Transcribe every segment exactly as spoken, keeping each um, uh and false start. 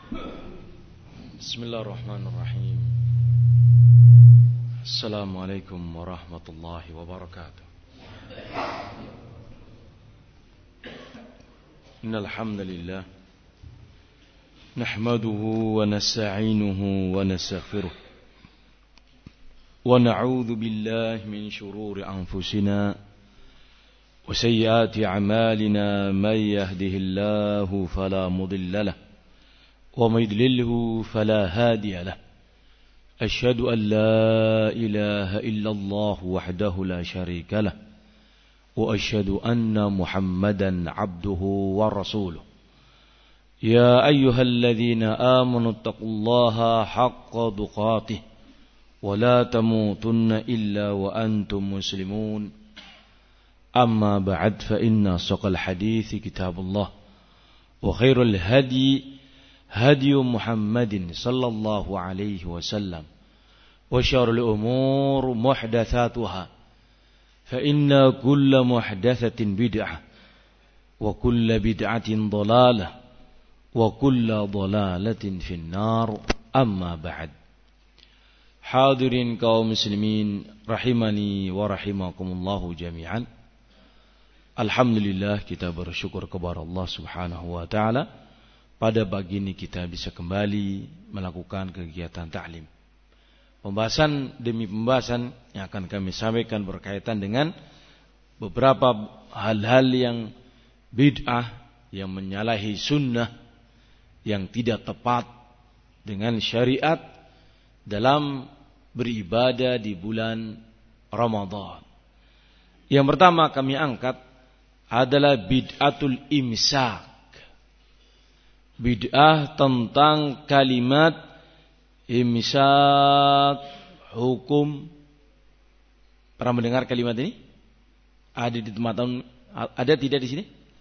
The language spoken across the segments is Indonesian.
Bismillahirrahmanirrahim. Assalamualaikum warahmatullahi wabarakatuh. Innal hamdalillah nahmaduhu wa nasta'inuhu wa nastaghfiruh wa na'udzu billahi min shururi anfusina wa sayyiati a'malina may yahdihillahu fala mudilla lahu wa may yudlilhu fala hadiya lahu. Asyhadu an la ilaha illallah wahdahu la syarika lah wa asyhadu anna Muhammadan abduhu wa rasuluh. Ya ayyuhalladzina amanu taqullaha haqqa tuqatih wa la tamutunna illa wa antum muslimun. Amma ba'd, fa inna asdaqal hadithi kitabullah wa khairul hadi hadi Muhammadin sallallahu alaihi wasallam wa syarrul umur muhdatsatuha fa inna kulla muhdatsatin bid'ah wa kulla bid'atin dhalalah wa kulla dhalalatin finnar. Amma ba'd. Hadirin kaum muslimin rahimani wa rahimakumullahu jami'an. Alhamdulillah, kita bersyukur kepada Allah Subhanahu wa taala, pada pagi ini kita bisa kembali melakukan kegiatan ta'lim. Pembahasan demi pembahasan yang akan kami sampaikan berkaitan dengan beberapa hal-hal yang bid'ah, yang menyalahi sunnah, yang tidak tepat dengan syariat dalam beribadah di bulan Ramadan. Yang pertama kami angkat adalah bid'atul imsak. Bid'ah tentang kalimat imsak, hukum. Pernah mendengar kalimat ini? Ada di tempat ada tidak di sini?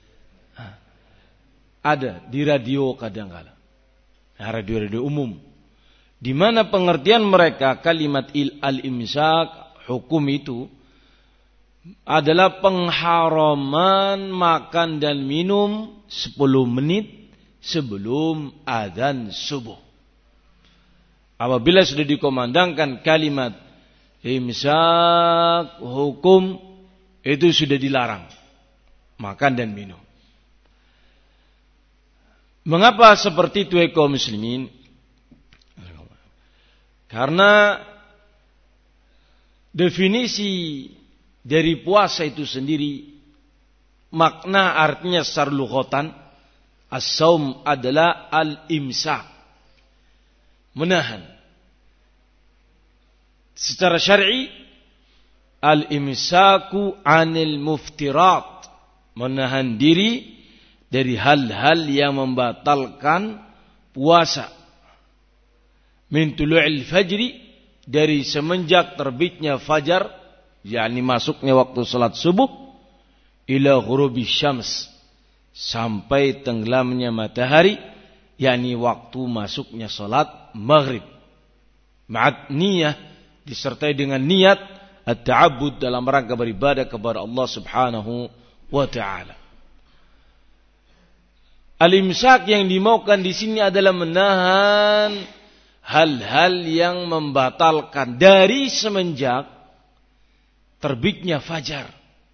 Ada di radio kadang-kala. Nah, radio-radio umum. Di mana pengertian mereka kalimat il al-imsak, hukum itu adalah pengharaman makan dan minum sepuluh menit sebelum azan subuh. Apabila sudah dikomandangkan kalimat imsak, hukum, itu sudah dilarang makan dan minum. Mengapa seperti itu kaum muslimin? Karena definisi dari puasa itu sendiri, makna artinya secara lughatan, as-saum adalah al-imsak, menahan. Secara syar'i, al-imsaku anil muftirat, menahan diri dari hal-hal yang membatalkan puasa. Min tulu'il fajri, dari semenjak terbitnya fajar, yakni masuknya waktu salat subuh, ila ghurubi syams, sampai tenggelamnya matahari, yakni waktu masuknya salat maghrib. Ma'at niyah, disertai dengan niat at-ta'abbud, dalam rangka beribadah kepada Allah Subhanahu wa taala. Al-imsak yang dimaukan di sini adalah menahan hal-hal yang membatalkan dari semenjak terbitnya fajar.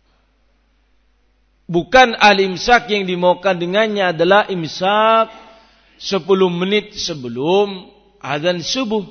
Bukan al-imsak yang dimaukan dengannya adalah imsak sepuluh menit sebelum azan subuh.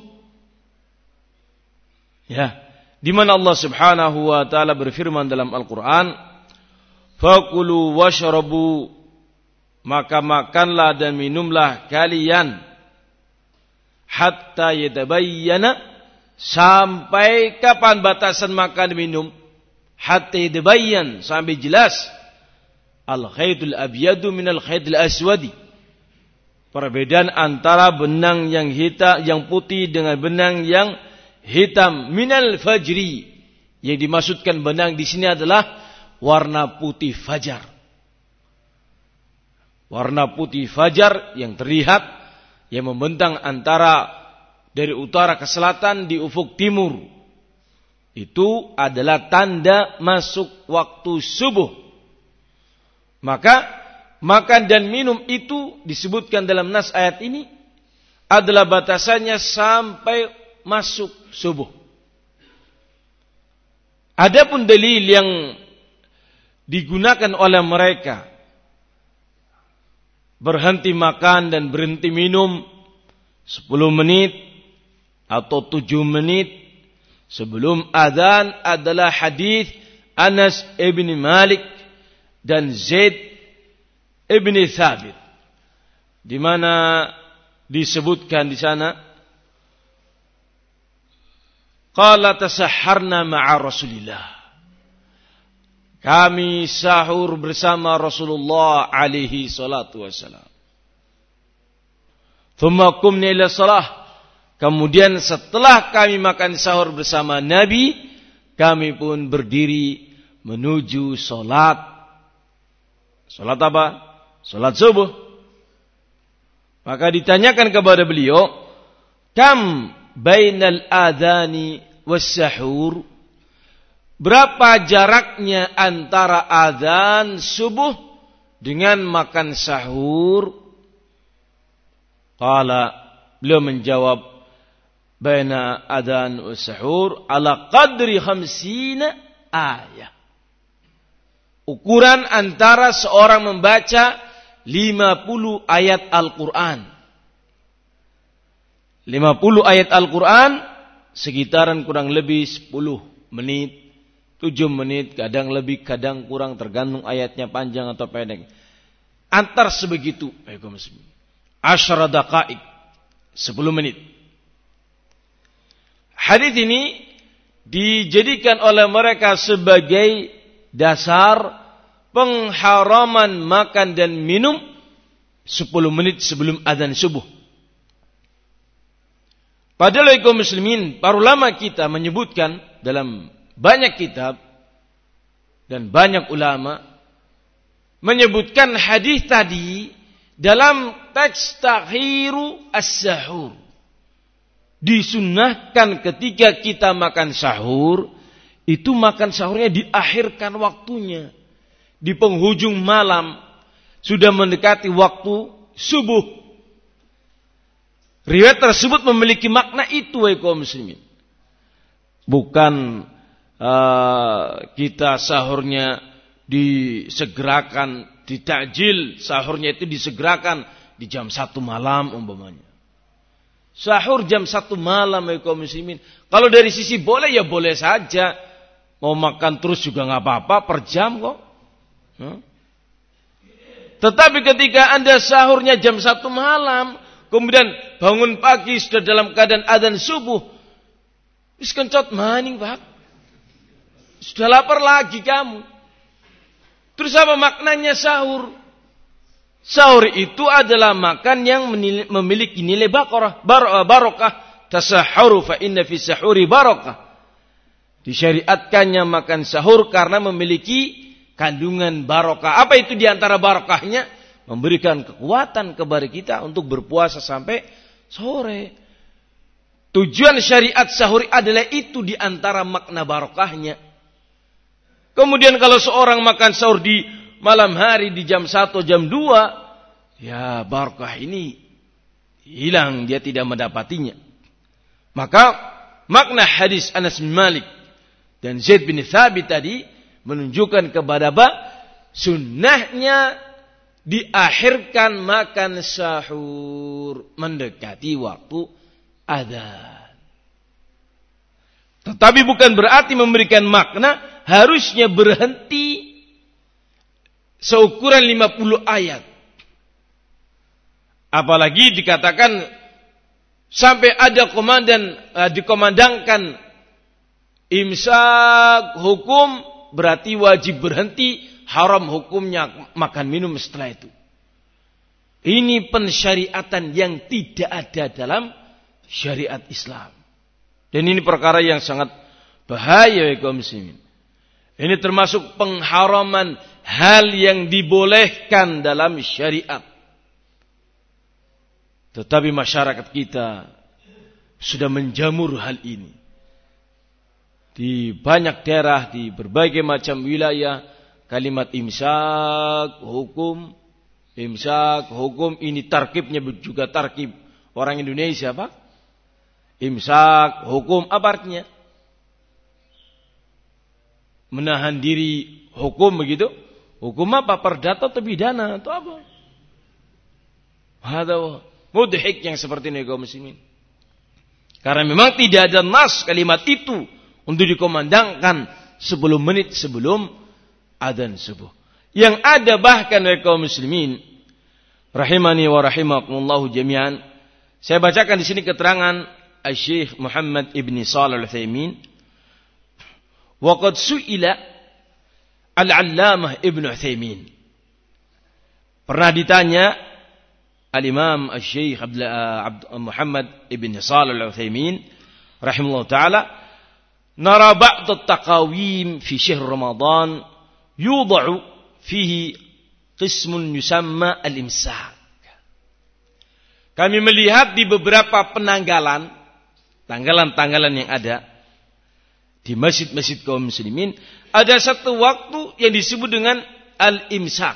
Ya, di mana Allah Subhanahu wa taala berfirman dalam Al-Qur'an, "Fakulu washrabu", maka makanlah dan minumlah kalian, hatta yatabayyana, sampai kapan batasan makan minum? Hatta yatabayyan, sampai jelas, al-khaytul abyadu minal khaytul aswadi, perbedaan antara benang yang hitam, yang putih dengan benang yang hitam, minal fajri. Yang dimaksudkan benang di sini adalah warna putih fajar. Warna putih fajar yang terlihat, yang membentang antara dari utara ke selatan di ufuk timur. Itu adalah tanda masuk waktu subuh. Maka makan dan minum itu disebutkan dalam nas ayat ini adalah batasannya sampai masuk subuh. Adapun dalil yang digunakan oleh mereka berhenti makan dan berhenti minum sepuluh menit atau tujuh menit sebelum azan adalah hadis Anas ibn Malik dan Zaid ibn Thabit, di mana disebutkan di sana, qala tasahharna ma'a Rasulillah, kami sahur bersama Rasulullah alaihi salatu wassalam. Thumma qumna ila salah, kemudian setelah kami makan sahur bersama Nabi, kami pun berdiri menuju salat. Salat apa? Salat subuh. Maka ditanyakan kepada beliau, kam bainal adhani was sahur? Berapa jaraknya antara azan subuh dengan makan sahur? Qala, beliau menjawab, baina adhan was sahur ala qadri khamsina ayat. Ukuran antara seorang membaca lima puluh ayat Al-Quran. lima puluh ayat Al-Quran sekitaran kurang lebih sepuluh menit, tujuh menit, kadang lebih, kadang kurang, tergantung ayatnya panjang atau pendek. Antar sebegitu, asyara daqaik, sepuluh menit. Hadis ini dijadikan oleh mereka sebagai dasar pengharaman makan dan minum sepuluh menit sebelum azan subuh. Padahal kaum muslimin, para ulama kita menyebutkan dalam banyak kitab dan banyak ulama menyebutkan hadis tadi dalam teks takhiru as-sahur. Disunnahkan ketika kita makan sahur, itu makan sahurnya diakhirkan waktunya. Di penghujung malam, sudah mendekati waktu subuh. Riwayat tersebut memiliki makna itu, wahai kaum muslimin. Bukan uh, kita sahurnya disegerakan, ditakjil, sahurnya itu disegerakan di jam satu malam umpamanya. Sahur jam satu malam, wahai kaum muslimin. Kalau dari sisi boleh, ya boleh saja. Mau makan terus juga nggak apa-apa, per jam kok. Hmm? Tetapi ketika Anda sahurnya jam satu malam, kemudian bangun pagi sudah dalam keadaan adzan subuh, wis kencot maning, Pak. Sudah lapar lagi kamu. Terus apa maknanya sahur? Sahur itu adalah makan yang memiliki nilai barokah, barokah. Tasahhuru fa inna fi sahuri barokah. Disyariatkannya makan sahur karena memiliki kandungan barokah. Apa itu diantara barokahnya? Memberikan kekuatan kepada kita untuk berpuasa sampai sore. Tujuan syariat sahur adalah itu diantara makna barokahnya. Kemudian kalau seorang makan sahur di malam hari di jam satu, jam dua, ya barokah ini hilang, dia tidak mendapatinya. Maka makna hadis Anas bin Malik dan Zaid bin Thabit tadi menunjukkan kepada apa? Sunnahnya diakhirkan makan sahur mendekati waktu adzan. Tetapi bukan berarti memberikan makna harusnya berhenti seukuran lima puluh ayat. Apalagi dikatakan sampai ada komandan uh, dikomandangkan imsak hukum, berarti wajib berhenti, haram hukumnya makan minum setelah itu. Ini pensyariatan yang tidak ada dalam syariat Islam. Dan ini perkara yang sangat bahaya, ya kaum muslimin. Ini termasuk pengharaman hal yang dibolehkan dalam syariat. Tetapi masyarakat kita sudah menjamur hal ini. Di banyak daerah, di berbagai macam wilayah, kalimat imsak, hukum, imsak, hukum, ini tarkibnya juga tarkib Orang Indonesia apa? Imsak, hukum, apa artinya? Menahan diri hukum begitu. Hukum apa? Perdata atau pidana atau apa? Hadza mudhik yang seperti ini kaum muslimin. Karena memang tidak ada nas kalimat itu untuk dikomandangkan sepuluh menit sebelum adzan subuh. Yang ada bahkan dari kaum muslimin rahimani wa rahimakumullah jami'an. Saya bacakan di sini keterangan Syekh Muhammad ibn Shalih Al-Utsaimin. Wa qad su'ila Al-Allamah Ibnu Utsaimin. Pernah ditanya Al-Imam Syekh Muhammad ibn Shalih Al-Utsaimin rahimahullah taala, nara ba'd at-taqawim fi syahr Ramadan yudha'u fihi qismun yusamma al-imsak. Kami melihat di beberapa penanggalan, tanggalan-tanggalan yang ada di masjid-masjid kaum muslimin, ada satu waktu yang disebut dengan al-imsak.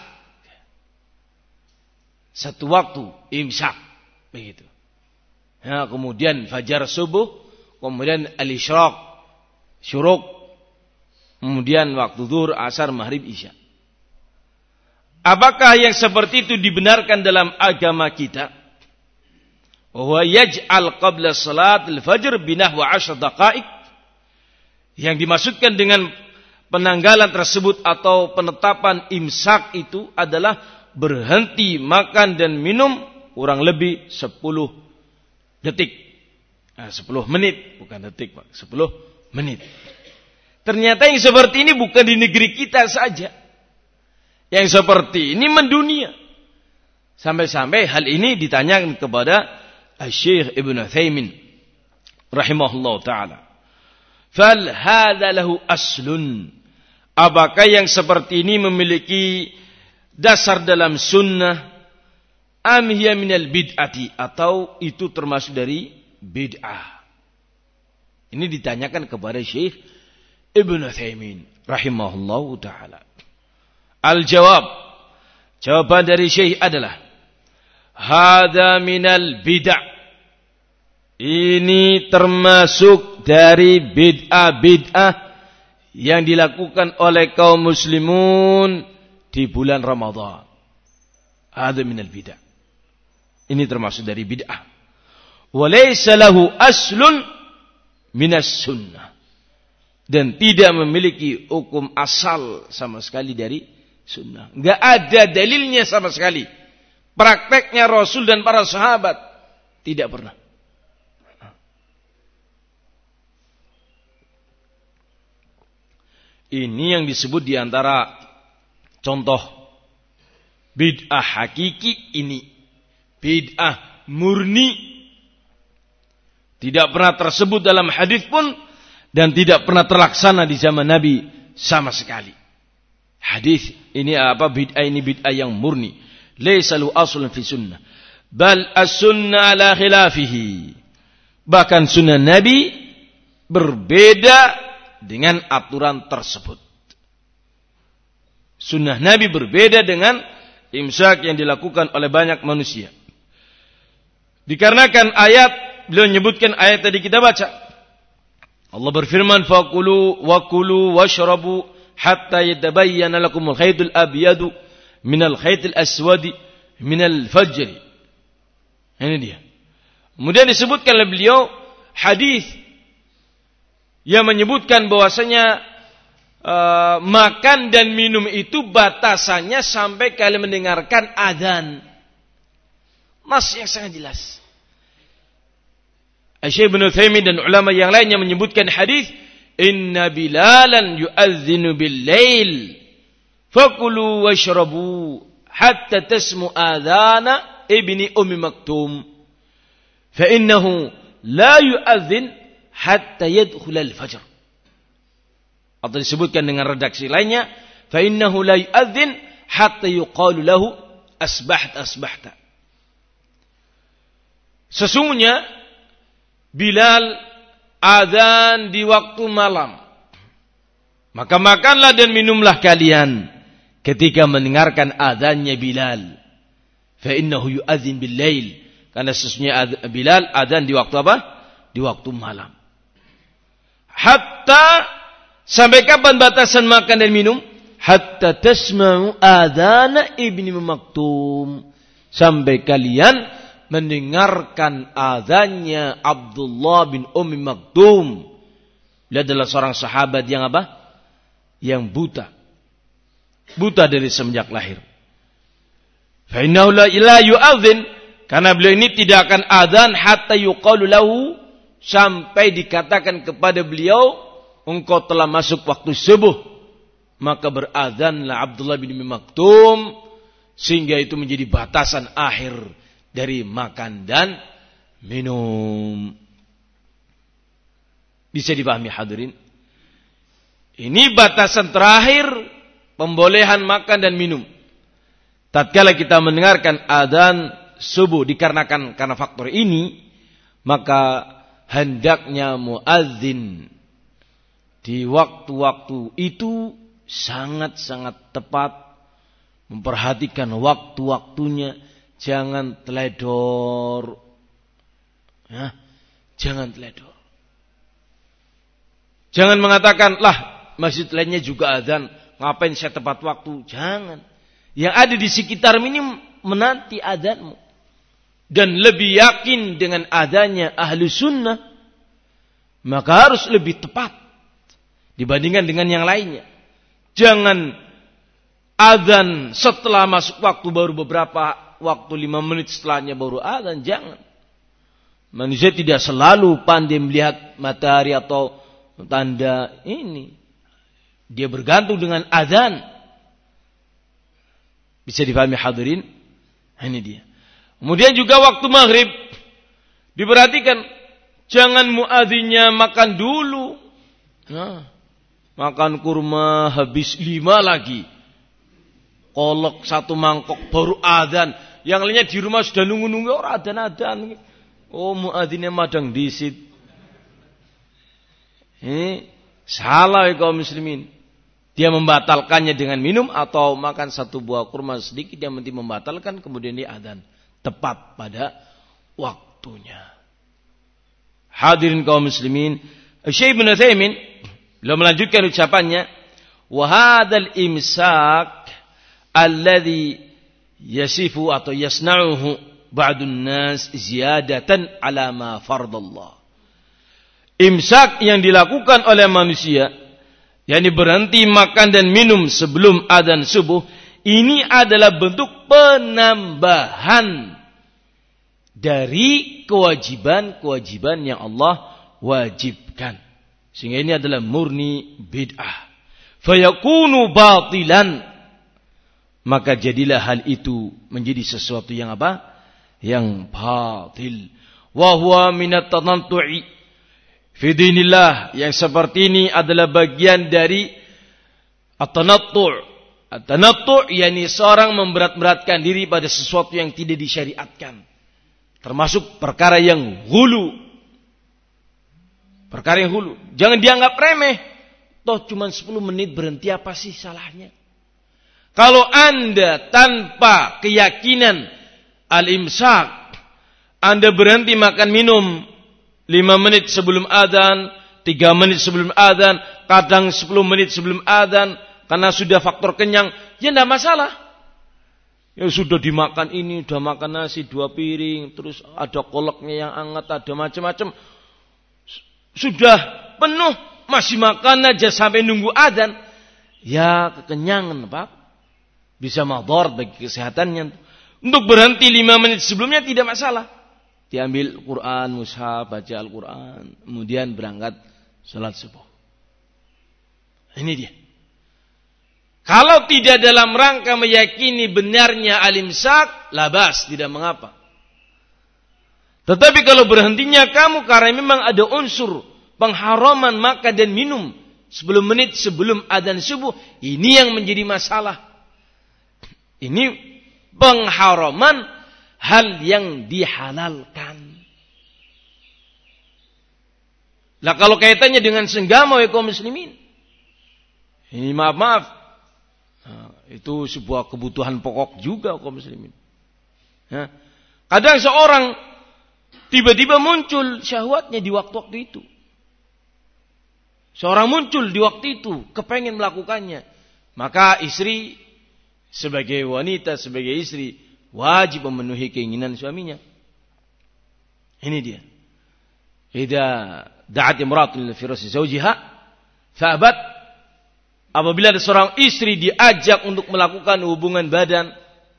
Satu waktu imsak begitu. Ya, kemudian fajar subuh, kemudian al-isyraq, syuruk, kemudian waktu zuhur, asar, maghrib, isya. Apakah yang seperti itu dibenarkan dalam agama kita? Wa yaj'al qabla salat al-fajr binahwa ashar daqa'iq. Yang dimaksudkan dengan penanggalan tersebut atau penetapan imsak itu adalah berhenti makan dan minum kurang lebih sepuluh detik. Nah, sepuluh menit, bukan detik, Pak. sepuluh menit. Ternyata yang seperti ini bukan di negeri kita saja. Yang seperti ini mendunia. Sampai-sampai hal ini ditanyakan kepada Syekh Ibnu Utsaimin rahimahullah taala. Fal hadza lahu aslun. Apakah yang seperti ini memiliki dasar dalam sunnah? Am hiya minal bid'ati, atau itu termasuk dari bid'ah? Ini ditanyakan kepada Syekh Ibnu Utsaimin rahimahullahu taala. Al-jawab, jawaban dari Syekh adalah hadza minal bid'ah. Ini termasuk dari bid'ah-bid'ah yang dilakukan oleh kaum muslimun di bulan Ramadan. Hadza minal bid'ah. Ini termasuk dari bid'ah. Wa laysa lahu aslun minas sunnah. Dan tidak memiliki hukum asal sama sekali dari sunnah. Enggak ada dalilnya sama sekali. Prakteknya Rasul dan para sahabat tidak pernah. Ini yang disebut diantara contoh bid'ah hakiki ini. Bid'ah murni. Tidak pernah tersebut dalam hadis pun. Dan tidak pernah terlaksana di zaman Nabi sama sekali. Hadis ini apa? Bid'ah ini bid'ah yang murni. Laisa lahu aslun fi sunnah. Bal as-sunnah ala khilafihi. Bahkan sunnah Nabi berbeda dengan aturan tersebut. Sunnah Nabi berbeda dengan imsak yang dilakukan oleh banyak manusia. Dikarenakan ayat, beliau menyebutkan ayat tadi kita baca. Allah berfirman, faqulu wa kulu washrabu hatta yatabayyana lakumul khaytul abyadu minal khaytil aswadi minal fajri. Ini dia. Kemudian disebutkan oleh beliau hadis yang menyebutkan bahwasanya uh, makan dan minum itu batasannya sampai kalian mendengarkan adzan. Nas yang sangat jelas. Syekh Ibnu Utsaimin dan ulama yang lainnya menyebutkan hadis, inna bilalan yu'adzinu bil-lail fakulu washrabu hatta tasmu adzana ibni ummi maktum fa innahu la yu'adzin hatta yadkhul al-fajr. Atau disebutkan dengan redaksi lainnya, fa innahu la yu'adzin hatta yuqalu lahu asbahta asbahta. Sesungguhnya Bilal azan di waktu malam. Maka makanlah dan minumlah kalian ketika mendengarkan azannya Bilal. Fa innahu yu'adzin bil-lail. Karena sesungguhnya Bilal adzan di waktu apa? Di waktu malam. Hatta sampai kapan batasan makan dan minum? Hatta tasma'u adzana Ibni Maktum. Sampai kalian mendengarkan adzannya Abdullah bin Ummi Maktum. Dia adalah seorang sahabat yang apa? Yang buta. Buta dari semenjak lahir. Fa innahu la yu'adzin, karena beliau ini tidak akan adzan hatta yuqalu lahu, sampai dikatakan kepada beliau, engkau telah masuk waktu subuh. Maka berazanlah Abdullah bin Ummi Maktum, sehingga itu menjadi batasan akhir dari makan dan minum. Bisa dipahami hadirin? Ini batasan terakhir pembolehan makan dan minum. Tatkala kita mendengarkan adzan subuh dikarenakan karena faktor ini, maka hendaknya muadzin di waktu-waktu itu sangat-sangat tepat memperhatikan waktu-waktunya, jangan teledor. Ya, jangan teledor. Jangan mengatakan, lah masjid lainnya juga adzan, ngapain saya tepat waktu? Jangan. Yang ada di sekitar minim menanti adzanmu. Dan lebih yakin dengan adanya ahli sunnah, maka harus lebih tepat dibandingkan dengan yang lainnya. Jangan adzan setelah masuk waktu baru beberapa waktu, lima menit setelahnya baru adzan. Jangan. Manusia tidak selalu pandai melihat matahari atau tanda ini. Dia bergantung dengan adzan. Bisa dipahami hadirin? Ini dia. Kemudian juga waktu maghrib diperhatikan, jangan muadzinnya makan dulu. Nah, makan kurma habis lima lagi. Kolok satu mangkok baru adzan. Yang lainnya di rumah sudah nunggu-nunggu orang adzan-adzan. Oh, muadzinnya madang disit. Ini salah ya kaum muslimin. Dia membatalkannya dengan minum atau makan satu buah kurma sedikit, yang penting membatalkan, kemudian dia adzan tepat pada waktunya. Hadirin kaum muslimin, Syekh Ibnu Utsaimin beliau melanjutkan ucapannya, wa hadzal imsak alladhi yasifu atau yasna'uhu ba'dun nas ziyadatan ala ma fardallah. Imsak yang dilakukan oleh manusia, yakni berhenti makan dan minum sebelum adzan subuh, ini adalah bentuk penambahan dari kewajiban-kewajiban yang Allah wajibkan. Sehingga ini adalah murni bid'ah. Fayakunu batilan. Maka jadilah hal itu menjadi sesuatu yang apa? Yang batil. Wa huwa minat tanantu'i fi dinillah. Yang seperti ini adalah bagian dari at-tanattu'. At-tanattu' yakni seorang memberat-beratkan diri pada sesuatu yang tidak disyariatkan. Termasuk perkara yang hulu. Perkara yang hulu. Jangan dianggap remeh. Toh cuma sepuluh menit berhenti, apa sih salahnya? Kalau Anda tanpa keyakinan al-imsak, Anda berhenti makan minum lima menit sebelum adzan, tiga menit sebelum adzan, kadang sepuluh menit sebelum adzan, karena sudah faktor kenyang, ya tidak masalah. Ya sudah dimakan ini, sudah makan nasi dua piring, terus ada kolaknya yang hangat, ada macam-macam. Sudah penuh, masih makan aja sampai nunggu adzan. Ya kekenyangan Pak. Bisa madharat bagi kesehatannya. Untuk berhenti lima menit sebelumnya tidak masalah. Diambil Quran, mushaf, baca Al-Quran, kemudian berangkat salat subuh. Ini dia. Kalau tidak dalam rangka meyakini benarnya al-imsak, labas, tidak mengapa. Tetapi kalau berhentinya kamu karena memang ada unsur pengharaman makan dan minum sepuluh menit sebelum adzan subuh, ini yang menjadi masalah. Ini pengharaman hal yang dihalalkan. Lah kalau kaitannya dengan senggama ya kaum muslimin, ini maaf-maaf, nah, itu sebuah kebutuhan pokok juga kaum muslimin. Ya. Kadang seorang Tiba-tiba muncul syahwatnya di waktu-waktu itu. Seorang muncul di waktu itu, kepengen melakukannya. Maka istri sebagai wanita, sebagai istri, wajib memenuhi keinginan suaminya. Ini dia. Idza da'at imra'atun li firasi zawjiha fa'abat. Apabila ada seorang istri diajak untuk melakukan hubungan badan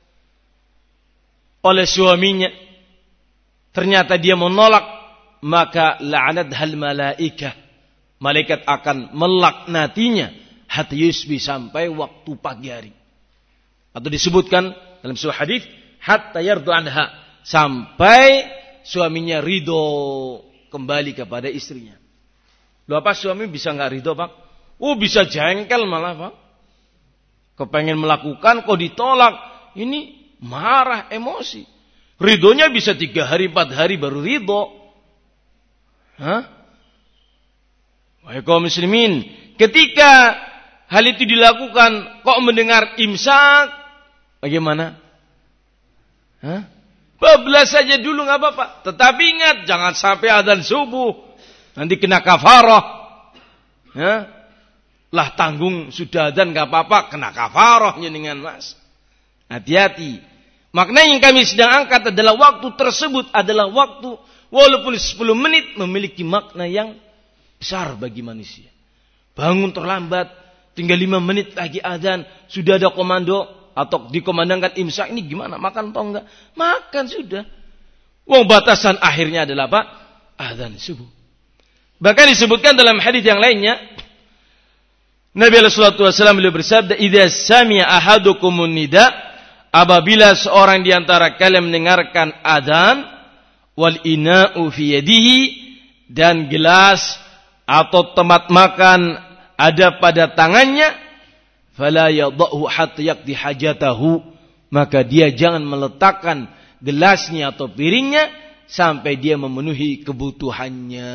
oleh suaminya, ternyata dia menolak, maka la'anathal malaikah. Malaikat akan melaknatinya hatta yusbi, sampai waktu pagi hari. Atau disebutkan dalam sebuah hadis hatta yardu anha, sampai suaminya ridho kembali kepada istrinya. Loh, apa suami bisa enggak ridho, Pak? Oh, bisa jengkel malah, Pak. Kepengen melakukan kok ditolak. Ini marah, emosi. Ridhonya bisa tiga hari, empat hari baru ridho. Hah? Wahai kaum muslimin, ketika hal itu dilakukan, kok mendengar imsak, bagaimana? Hah? Bablas saja dulu nggak apa-apa. Tetapi ingat, jangan sampai adzan subuh, nanti kena kafarah. Ya? Lah tanggung sudah adzan nggak apa-apa, kena kafarahnya dengan mas. Hati-hati. Makna yang kami sedang angkat adalah waktu tersebut adalah waktu walaupun sepuluh menit memiliki makna yang besar bagi manusia. Bangun terlambat, tinggal lima menit lagi azan, sudah ada komando atau dikomandangkan imsak, ini gimana? Makan atau enggak? Makan sudah. Wong batasan akhirnya adalah apa? Azan subuh. Bahkan disebutkan dalam hadis yang lainnya, Nabi sallallahu alaihi wasallam beliau bersabda, "Idza sami'a ahadukumun nida", apabila seorang di antara kalian mendengarkan azan, wal ina'u fi yadihi, dan gelas atau tempat makan ada pada tangannya, fala yadhahu hatta yaqdi hajatahu, maka dia jangan meletakkan gelasnya atau piringnya sampai dia memenuhi kebutuhannya.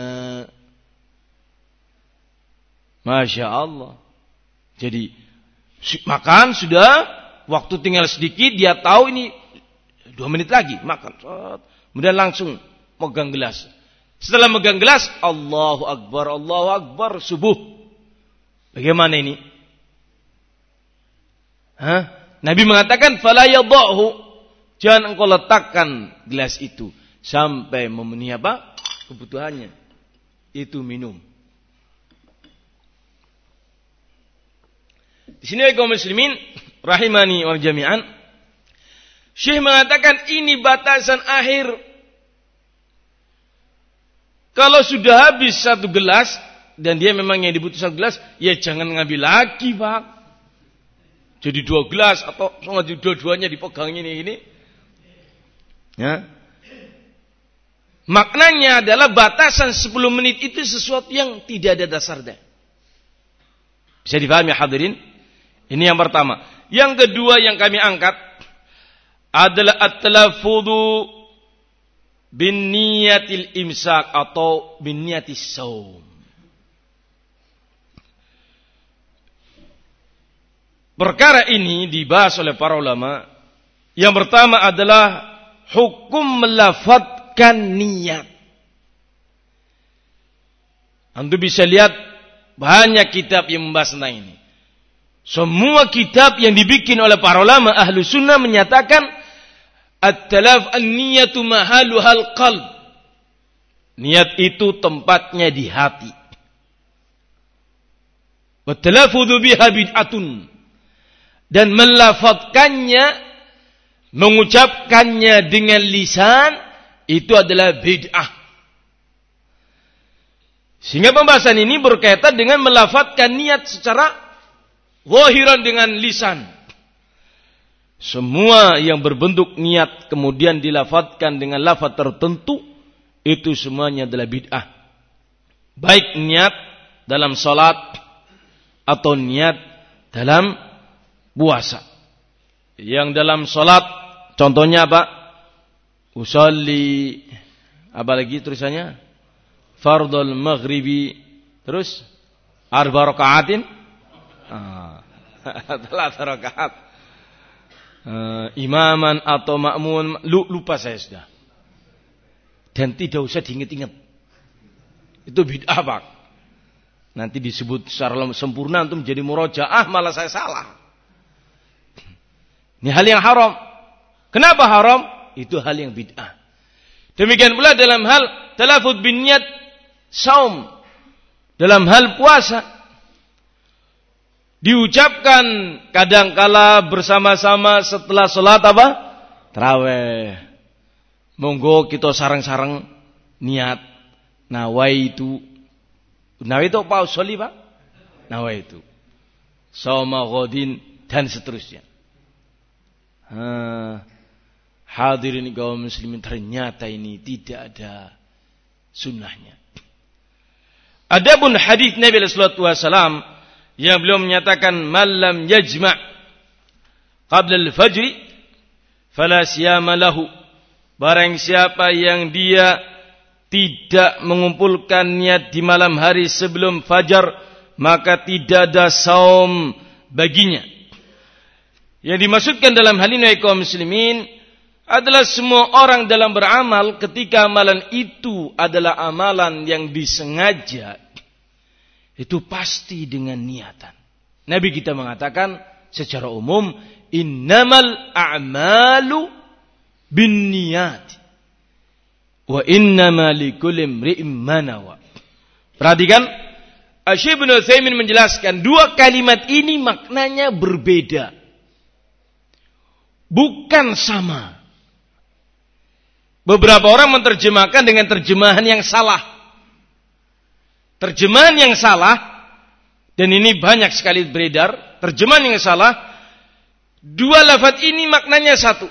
Masya Allah. Jadi makan sudah, waktu tinggal sedikit, dia tahu ini dua menit lagi makan, kemudian langsung megang gelas. Setelah megang gelas, Allahu Akbar, Allahu Akbar, subuh. Bagaimana ini? Hah? Nabi mengatakan, fala yadhahu, jangan engkau letakkan gelas itu sampai memenuhi apa? Kebutuhannya. Itu minum. Di sini kaum muslimin rahimani wal jami'an, Syekh mengatakan ini batasan akhir. Kalau sudah habis satu gelas dan dia memang yang dibutuhkan satu gelas, ya jangan ngambil lagi, Pak. Jadi dua gelas atau dua-duanya dipegang ini ini. Ya. Maknanya adalah batasan sepuluh menit itu sesuatu yang tidak ada dasarnya. Bisa dipahami hadirin? Ini yang pertama. Yang kedua yang kami angkat adalah at-talaffudhu bin niyatil imsak atau bin niyatis saum. Perkara ini dibahas oleh para ulama. Yang pertama adalah hukum melafadzkan niat. Anda bisa lihat banyak kitab yang membahas tentang ini. Semua kitab yang dibikin oleh para ulama ahlu sunnah menyatakan at-talaf an-niyatu mahaluhal qalb. Niat itu tempatnya di hati. Wa talafudhu biha bid'atun. Dan melafadzkannya, mengucapkannya dengan lisan itu adalah bid'ah. Sehingga pembahasan ini berkaitan dengan melafadzkan niat secara zahiran dengan lisan. Semua yang berbentuk niat kemudian dilafadzkan dengan lafaz tertentu, itu semuanya adalah bid'ah. Baik niat dalam salat atau niat dalam puasa. Yang dalam salat contohnya apa? Usolli, apa lagi tulisannya? Fardul maghribi, terus arba rakaatin. Ah, telah rakaat. Uh, imaman atau makmun, lupa saya sudah. dan tidak usah diingat-ingat. Itu bid'ah, Pak. Nanti disebut secara sempurna antum menjadi murojaah, malah saya salah. Ini hal yang haram. Kenapa haram? Itu hal yang bid'ah. Demikian pula dalam hal talafud bin niat saum. Dalam hal puasa. Diucapkan kadangkala bersama-sama setelah sholat apa? Tarawih. Monggo kita sarang-sarang niat. Nawaitu. Nawaitu apa usoli, Pak? Nawaitu. Sauma ghadin dan seterusnya. Ha, hadirin kaum muslimin, ternyata ini tidak ada sunnahnya. Adapun hadis Nabi sallallahu alaihi wasallam yang beliau menyatakan malam yajma' qabla al-fajr fala siyama lahu, barang siapa yang dia tidak mengumpulkan niat di malam hari sebelum fajar, maka tidak ada saum baginya. Yang dimaksudkan dalam hal ini kaum muslimin adalah semua orang dalam beramal ketika amalan itu adalah amalan yang disengaja, itu pasti dengan niatan. Nabi kita mengatakan secara umum, innamal a'malu binniyat wa innama likulli imri'in ma nawa. Perhatikan, Syekh Ibnu Utsaimin menjelaskan dua kalimat ini maknanya berbeda. Bukan sama. Beberapa orang menerjemahkan dengan terjemahan yang salah. Terjemahan yang salah, dan ini banyak sekali beredar, terjemahan yang salah, dua lafaz ini maknanya satu.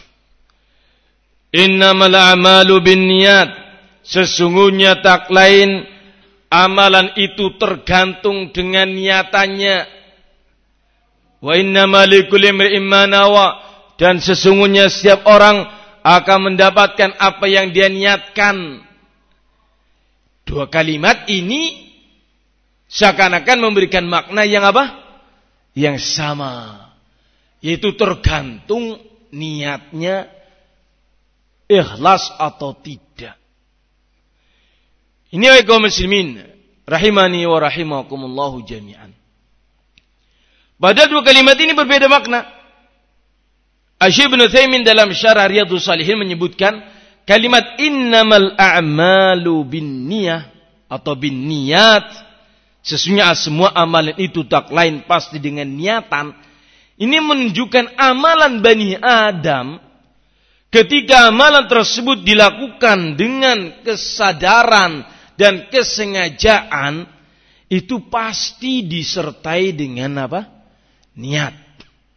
Innamal a'malu binniyat, sesungguhnya tak lain amalan itu tergantung dengan niatannya. Wa innamal likulli imri'in ma nawa, dan sesungguhnya setiap orang akan mendapatkan apa yang dia niatkan. Dua kalimat ini seakan-akan memberikan makna yang apa? Yang sama. Yaitu tergantung niatnya ikhlas atau tidak. Ini wahai kaum muslimin, rahimani wa rahimakumullahu jami'an. Pada dua kalimat ini berbeda makna. Syekh Ibnu Utsaimin dalam Syarah Riyadhus Shalihin menyebutkan kalimat innamal a'malu binniyah atau binniyat, sesungguhnya semua amalan itu tak lain pasti dengan niatan. Ini menunjukkan amalan Bani Adam, ketika amalan tersebut dilakukan dengan kesadaran dan kesengajaan, itu pasti disertai dengan apa? Niat.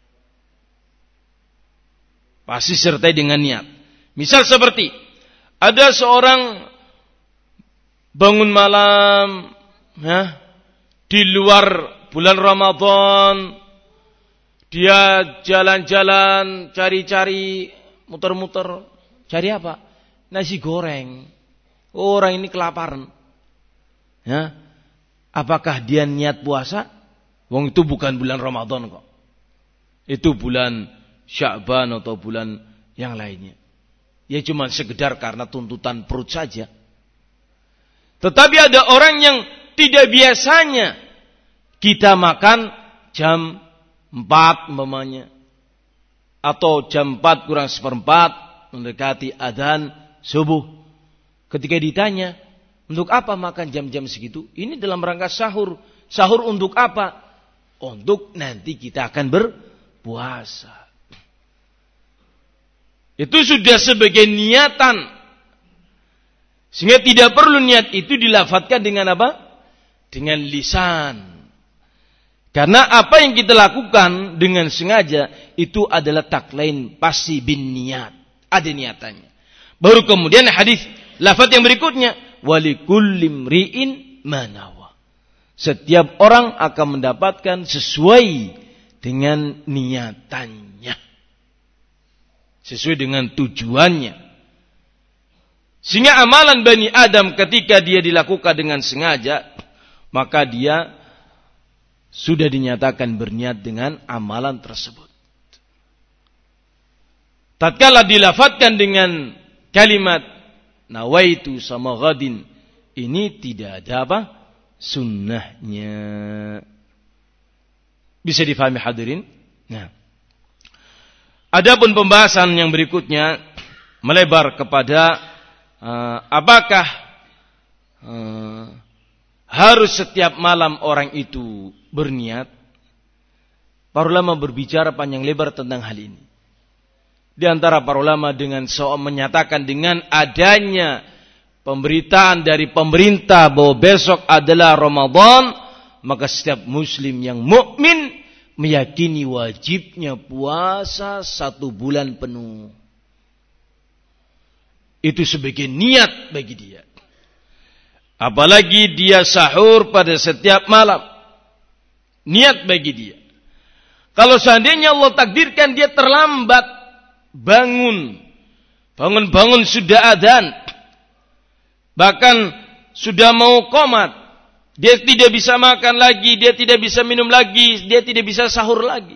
Pasti disertai dengan niat. Misal seperti ada seorang bangun malam ya, di luar bulan Ramadan, dia jalan-jalan, cari-cari, muter-muter, cari apa? Nasi goreng. Orang ini kelaparan. Ya. Apakah dia niat puasa? Wong itu bukan bulan Ramadan kok. Itu bulan Sya'ban atau bulan yang lainnya. Ya cuma sekedar karena tuntutan perut saja. Tetapi ada orang yang tidak biasanya kita makan jam empat umpamanya, atau jam empat kurang seperempat mendekati adzan subuh. Ketika ditanya, untuk apa makan jam-jam segitu? Ini dalam rangka sahur. Sahur untuk apa? Untuk nanti kita akan berpuasa. Itu sudah sebagai niatan. Sehingga tidak perlu niat itu dilafadzkan dengan apa? Dengan lisan. Karena apa yang kita lakukan dengan sengaja itu adalah tak lain pasti bin niat. Ada niatannya. Baru kemudian hadis lafadz yang berikutnya, walikulli imri'in ma nawa. Setiap orang akan mendapatkan sesuai dengan niatannya. Sesuai dengan tujuannya. Sehingga amalan Bani Adam ketika dia dilakukan dengan sengaja, maka dia sudah dinyatakan berniat dengan amalan tersebut. Tatkala dilafadzkan dengan kalimat nawaitu sama ghadin ini tidak ada apa? Sunnahnya. Bisa difahami hadirin? Nah. Adapun pembahasan yang berikutnya melebar kepada uh, apakah uh, harus setiap malam orang itu berniat? Para ulama berbicara panjang lebar tentang hal ini. Di antara para ulama dengan soal menyatakan dengan adanya pemberitaan dari pemerintah bahwa besok adalah Ramadan, maka setiap muslim yang mukmin meyakini wajibnya puasa satu bulan penuh. Itu sebagai niat bagi dia. Apalagi dia sahur pada setiap malam. Niat bagi dia. Kalau seandainya Allah takdirkan dia terlambat bangun. Bangun-bangun sudah adzan. Bahkan sudah mau qomat. Dia tidak bisa makan lagi. Dia tidak bisa minum lagi. Dia tidak bisa sahur lagi.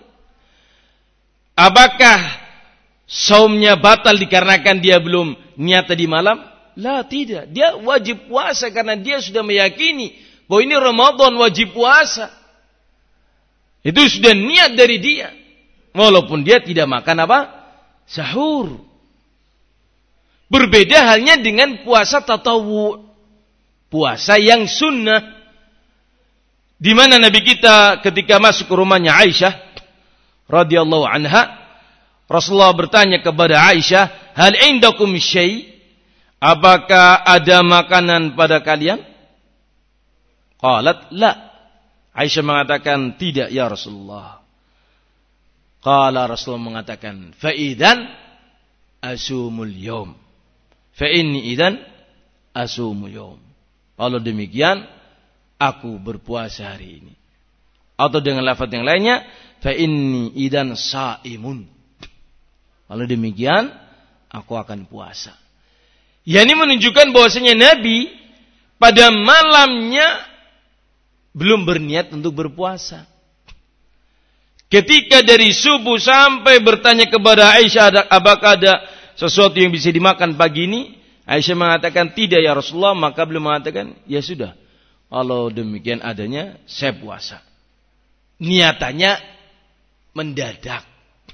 Apakah saumnya batal dikarenakan dia belum niat tadi malam? Lah tidak. Dia wajib puasa karena dia sudah meyakini bahwa ini Ramadan wajib puasa. Itu sudah niat dari dia. Walaupun dia tidak makan apa? Sahur. Berbeda halnya dengan puasa tatawu. Puasa yang sunnah. Di mana Nabi kita ketika masuk ke rumahnya Aisyah radhiyallahu anha, Rasulullah bertanya kepada Aisyah, "Hal indakum syai'?" Apakah ada makanan pada kalian? Qalat, "La." Aisyah mengatakan, "Tidak ya Rasulullah." Qala Rasulullah mengatakan, "Fa idzan asumul yaum." Fa inni idzan asumul yaum. Kalau demikian, aku berpuasa hari ini. Atau dengan lafaz yang lainnya, fa inni idzan shaimun. Kalau demikian, aku akan puasa. Ya, ini menunjukkan bahwasanya Nabi pada malamnya belum berniat untuk berpuasa. Ketika dari subuh sampai bertanya kepada Aisyah, apakah ada sesuatu yang bisa dimakan pagi ini? Aisyah mengatakan, tidak ya Rasulullah. Maka beliau mengatakan, ya sudah. Kalau demikian adanya, saya puasa. Niatannya mendadak.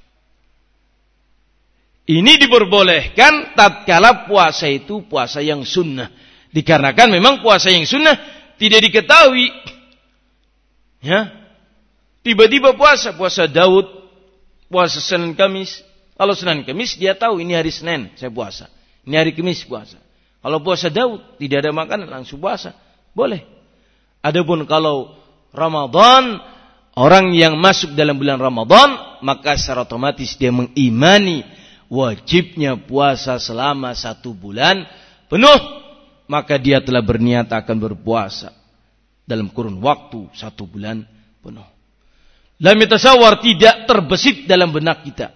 Ini diperbolehkan tatkala puasa itu puasa yang sunnah. Dikarenakan memang puasa yang sunnah tidak diketahui. Ya, tiba-tiba puasa, puasa Daud, puasa Senin Kamis. Kalau Senin Kamis dia tahu ini hari Senin saya puasa, ini hari Kamis puasa. Kalau puasa Daud tidak ada makanan langsung puasa, boleh. Adapun kalau Ramadan, orang yang masuk dalam bulan Ramadan maka secara otomatis dia mengimani wajibnya puasa selama satu bulan penuh, maka dia telah berniat akan berpuasa dalam kurun waktu satu bulan penuh. Lam yatasawwar, tidak terbesit dalam benak kita.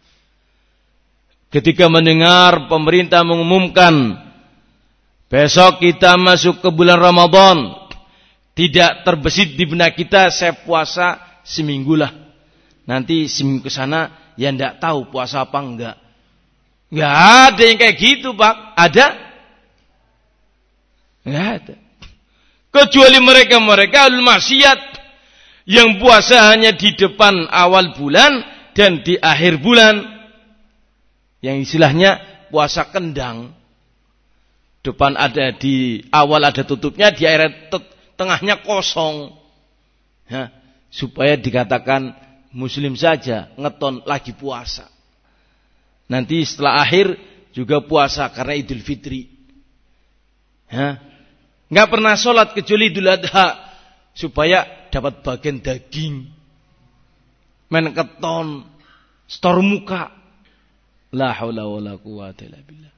Ketika mendengar pemerintah mengumumkan besok kita masuk ke bulan Ramadan, tidak terbesit di benak kita saya puasa seminggu lah. Nanti seminggu ke sana ya enggak tahu puasa apa enggak. Enggak ada yang kayak gitu, Pak. Ada? Enggak ada. Kecuali mereka-mereka ahli maksiat yang puasa hanya di depan awal bulan dan di akhir bulan. Yang istilahnya puasa kendang. Depan ada di awal ada tutupnya, di akhir tengahnya kosong. Ya, supaya dikatakan muslim saja, ngeton lagi puasa. Nanti setelah akhir juga puasa karena Idul Fitri. Ya. Enggak pernah sholat kecuali Idul Adha supaya dapat bagian daging, main keton, setor muka. La haula wala quwwata illa billah.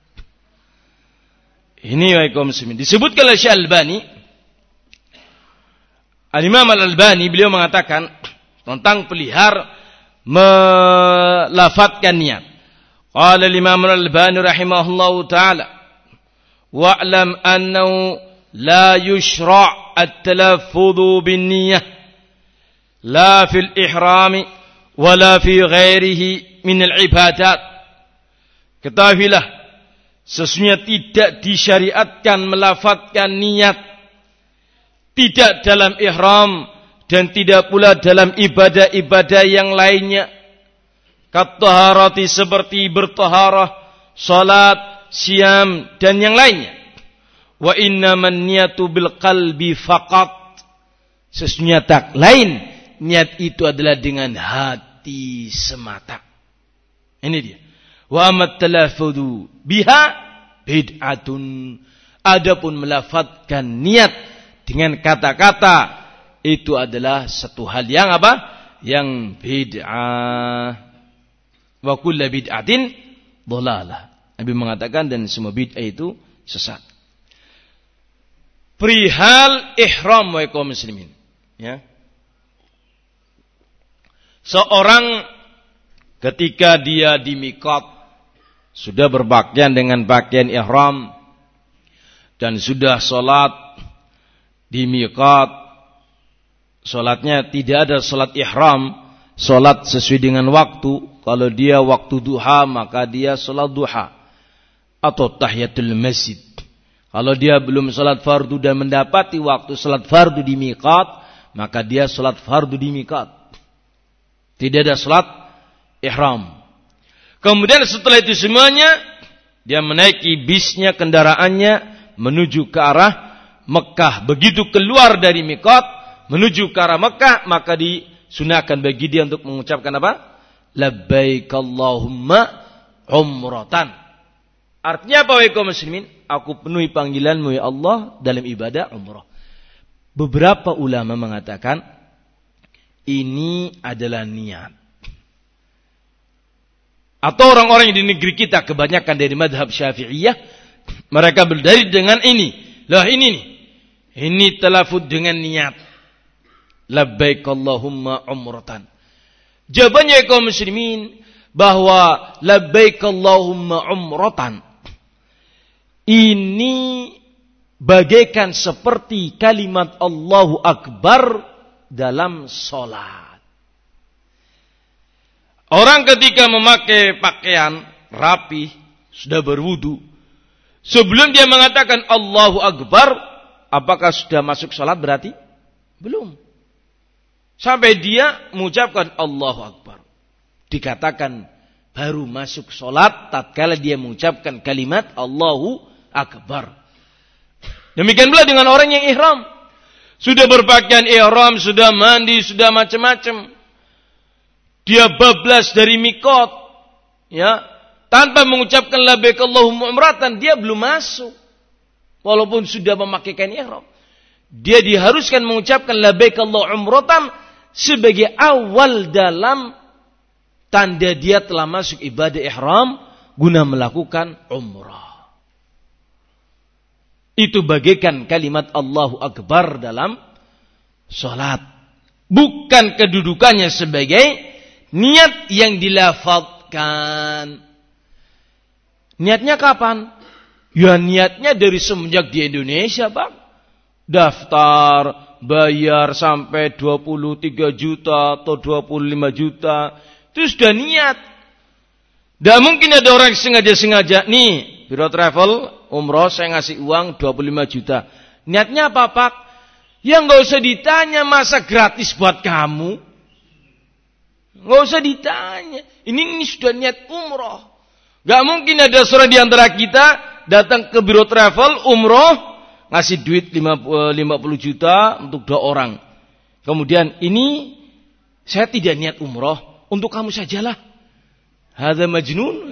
Ini wa kaum muslimin disebutkan oleh Syekh Al-Albani. Al-Imam Al-Albani beliau mengatakan tentang pelihara melafatkan niat. Qala al-Imam Al-Albani rahimahullahu taala, wa'lam annahu لا يشرع التلفظ بالنية لا في الإحرام ولا في غيره من العبادات. Ketahuilah Sesungguhnya tidak disyariatkan melafadzkan niat, tidak dalam ihram dan tidak pula dalam ibadah-ibadah yang lainnya. Kat-taharati, seperti bertaharah, salat, siam dan yang lainnya. Wa innaman niyatu bil qalbi faqat. Sesungguhnya tak lain, niat itu adalah dengan hati semata. Ini dia. Wa amat talafudhu biha bid'atun. Adapun melafadzkan niat dengan kata-kata itu adalah satu hal yang apa? Yang bid'ah. Wa kullu bid'atin dhalalah. Nabi mengatakan dan semua bid'ah itu sesat. Perihal ihram wa kaum muslimin. Ya. Seorang ketika dia di miqat sudah berpakaian dengan pakaian ihram dan sudah salat di miqat, salatnya tidak ada salat ihram, salat sesuai dengan waktu. Kalau dia waktu duha maka dia salat duha atau tahiyatul masjid. Kalau dia belum salat fardu dan mendapati waktu salat fardu di miqat, maka dia salat fardu di miqat. Tidak ada salat ihram. Kemudian setelah itu semuanya, dia menaiki bisnya, kendaraannya, menuju ke arah Mekah. Begitu keluar dari miqat, menuju ke arah Mekah, maka disunahkan bagi dia untuk mengucapkan apa? Labbaik Allahumma umratan. Artinya apa, wahai kaum muslimin? Aku penuhi panggilanmu ya Allah dalam ibadah umrah. Beberapa ulama mengatakan ini adalah niat. Atau orang-orang yang di negeri kita kebanyakan dari madhab Syafi'iyah, mereka berdalil dengan ini. Lah ini nih. Ini talafud dengan niat. Labbaik Allahumma umratan. Jawabannya ya kaum muslimin bahwa labbaik Allahumma umratan ini bagaikan seperti kalimat Allahu Akbar dalam sholat. Orang ketika memakai pakaian rapi, sudah berwudu, sebelum dia mengatakan Allahu Akbar, apakah sudah masuk sholat berarti? Belum. Sampai dia mengucapkan Allahu Akbar. Dikatakan baru masuk sholat tatkala dia mengucapkan kalimat Allahu Akbar. Demikian pula dengan orang yang ihram. Sudah berpakaian ihram, sudah mandi, sudah macam-macam. Dia bablas dari miqat, ya, tanpa mengucapkan labbaik Allahumma umratan, dia belum masuk. Walaupun sudah memakai kain ihram. Dia diharuskan mengucapkan labbaik Allahumma umratan sebagai awal dalam tanda dia telah masuk ibadah ihram guna melakukan umrah. Itu bagaikan kalimat Allahu Akbar dalam sholat. Bukan kedudukannya sebagai niat yang dilafadzkan. Niatnya kapan? Ya niatnya dari semenjak di Indonesia, Bang. Daftar, bayar sampai dua puluh tiga juta atau dua puluh lima juta. Itu sudah niat. Dan mungkin ada orang sengaja-sengaja. Nih, Biro Travel, umroh saya ngasih uang dua puluh lima juta. Niatnya apa, Pak? Ya nggak usah ditanya, masa gratis buat kamu? Nggak usah ditanya. Ini, ini sudah niat umroh. Nggak mungkin ada seorang di antara kita datang ke Biro Travel, umroh, ngasih duit lima puluh juta untuk dua orang. Kemudian ini saya tidak niat umroh, untuk kamu sajalah. Hadza majnun.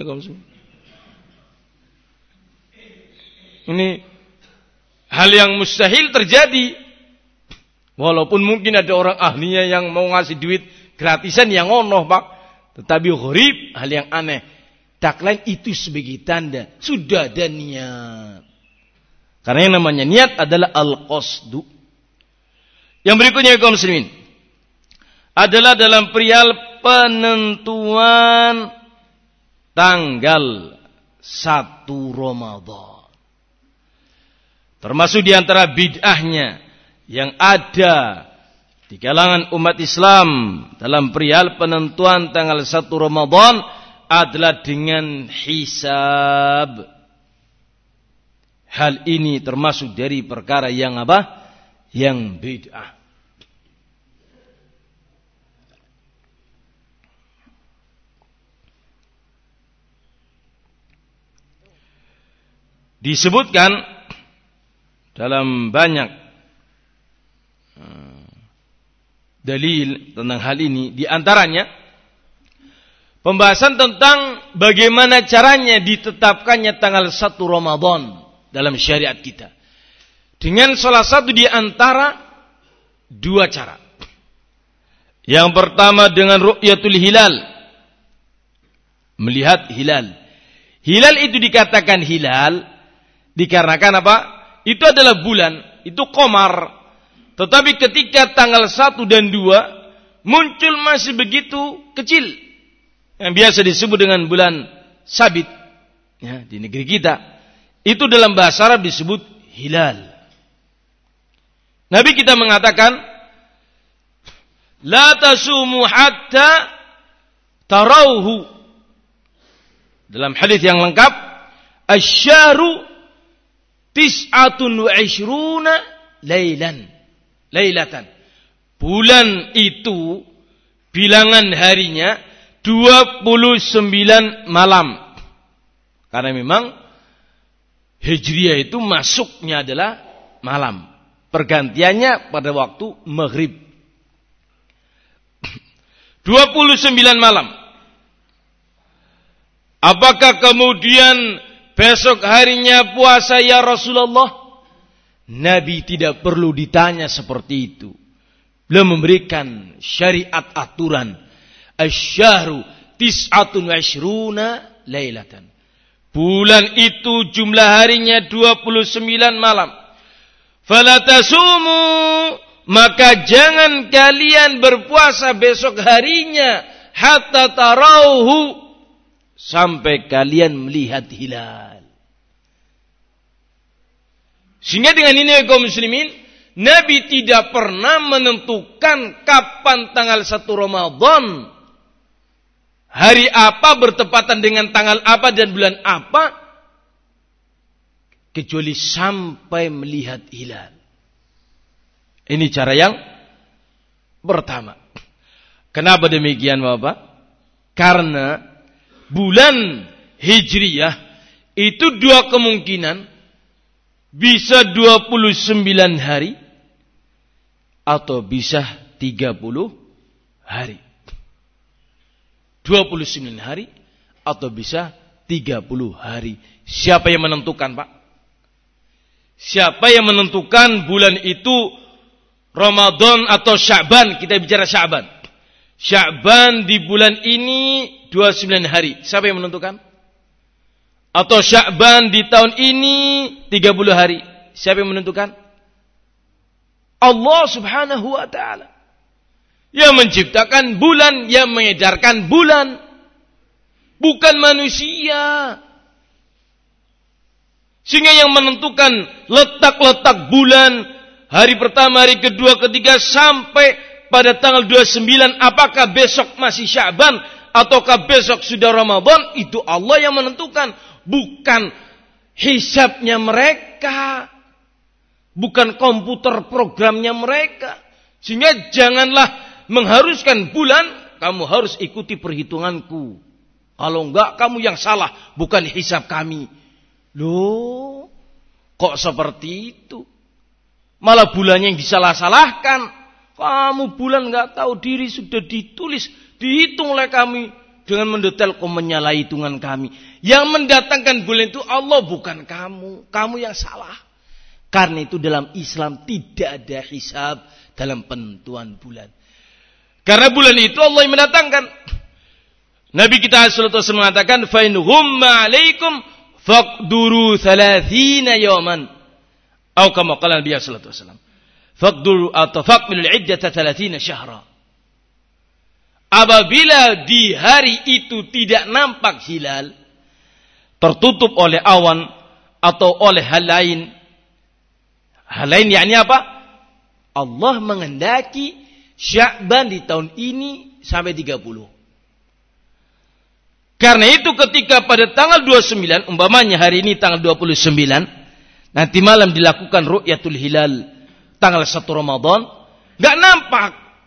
Ini hal yang mustahil terjadi. Walaupun mungkin ada orang ahlinya yang mau ngasih duit gratisan yang ngono, Pak. Tetapi gharib, hal yang aneh. Tak lain itu sebagai tanda sudah ada niat. Karena yang namanya niat adalah al-qasdu. Yang berikutnya kaum muslimin adalah dalam perihal penentuan tanggal satu Ramadan. Termasuk di antara bid'ahnya yang ada di kalangan umat Islam dalam perihal penentuan tanggal satu Ramadan adalah dengan hisab. hal ini termasuk dari perkara yang apa? Yang bid'ah. Disebutkan dalam banyak dalil tentang hal ini, di antaranya pembahasan tentang bagaimana caranya ditetapkannya tanggal satu Ramadan dalam syariat kita. Dengan salah satu di antara dua cara. Yang pertama dengan ru'yatul hilal. Melihat hilal. Hilal itu dikatakan hilal dikarenakan apa? Itu adalah bulan, itu qamar. Tetapi ketika tanggal satu dan dua muncul masih begitu kecil, yang biasa disebut dengan bulan sabit ya, di negeri kita, itu dalam bahasa Arab disebut hilal. Nabi kita mengatakan, la tasumu hatta tarauhu. Dalam hadis yang lengkap, asy-syahru tis'atun wa ishruna lailan. Lailatan. Bulan itu bilangan harinya dua puluh sembilan malam. Karena memang Hijriah itu masuknya adalah malam. Pergantiannya pada waktu maghrib. dua puluh sembilan malam. Apakah kemudian besok harinya puasa ya Rasulullah? Nabi tidak perlu ditanya seperti itu. Beliau memberikan syariat aturan. Asy-syahru tis'atun wa ishruna lailatan. Bulan itu jumlah harinya dua puluh sembilan malam. Fala tasumu, maka jangan kalian berpuasa besok harinya hatta tarauhu, sampai kalian melihat hilal. Sehingga dengan ini kaum muslimin, Nabi tidak pernah menentukan kapan tanggal satu Ramadan, hari apa bertepatan dengan tanggal apa dan bulan apa, kecuali sampai melihat hilal. Ini cara yang pertama. Kenapa demikian Bapak? Karena bulan Hijriyah itu dua kemungkinan, bisa dua puluh sembilan hari atau bisa tiga puluh hari. dua puluh sembilan hari atau bisa tiga puluh hari. Siapa yang menentukan, Pak? Siapa yang menentukan bulan itu Ramadan atau Sya'ban? Kita bicara Sya'ban. Sya'ban di bulan ini dua puluh sembilan hari. Siapa yang menentukan? Atau Sya'ban di tahun ini tiga puluh hari. Siapa yang menentukan? Allah subhanahu wa ta'ala. Yang menciptakan bulan, yang mengedarkan bulan. Bukan manusia. Sehingga yang menentukan letak-letak bulan, hari pertama, hari kedua, ketiga, sampai pada tanggal dua puluh sembilan, apakah besok masih Sya'ban, ataukah besok sudah Ramadan, itu Allah yang menentukan. Bukan hisabnya mereka, bukan komputer programnya mereka. Sehingga janganlah mengharuskan bulan, kamu harus ikuti perhitunganku. Kalau enggak, kamu yang salah, bukan hisab kami. Loh, kok seperti itu? Malah bulannya yang disalah-salahkan. Kamu bulan enggak tahu diri, sudah ditulis, dihitung oleh kami dengan mendetail, kok menyalahi hitungan kami. Yang mendatangkan bulan itu Allah, bukan kamu. Kamu yang salah. Karena itu dalam Islam tidak ada hisab dalam penentuan bulan. Karena bulan itu Allah yang mendatangkan. Nabi kita sallallahu alaihi wasallam mengatakan, "Fa in ghumma 'alaikum faqduru thalathina yawman." Atau kama qala Nabi sallallahu alaihi wasallam, "Faqduru atau faqmilul 'iddata thalathina syahra." Apabila di hari itu tidak nampak hilal, tertutup oleh awan atau oleh hal lain. Hal lain yakni apa? Allah menghendaki Sya'ban di tahun ini sampai tiga puluh. Karena itu ketika pada tanggal dua puluh sembilan, umpamanya hari ini tanggal dua puluh sembilan, Nanti malam dilakukan ru'yatul hilal tanggal satu Ramadan, enggak nampak.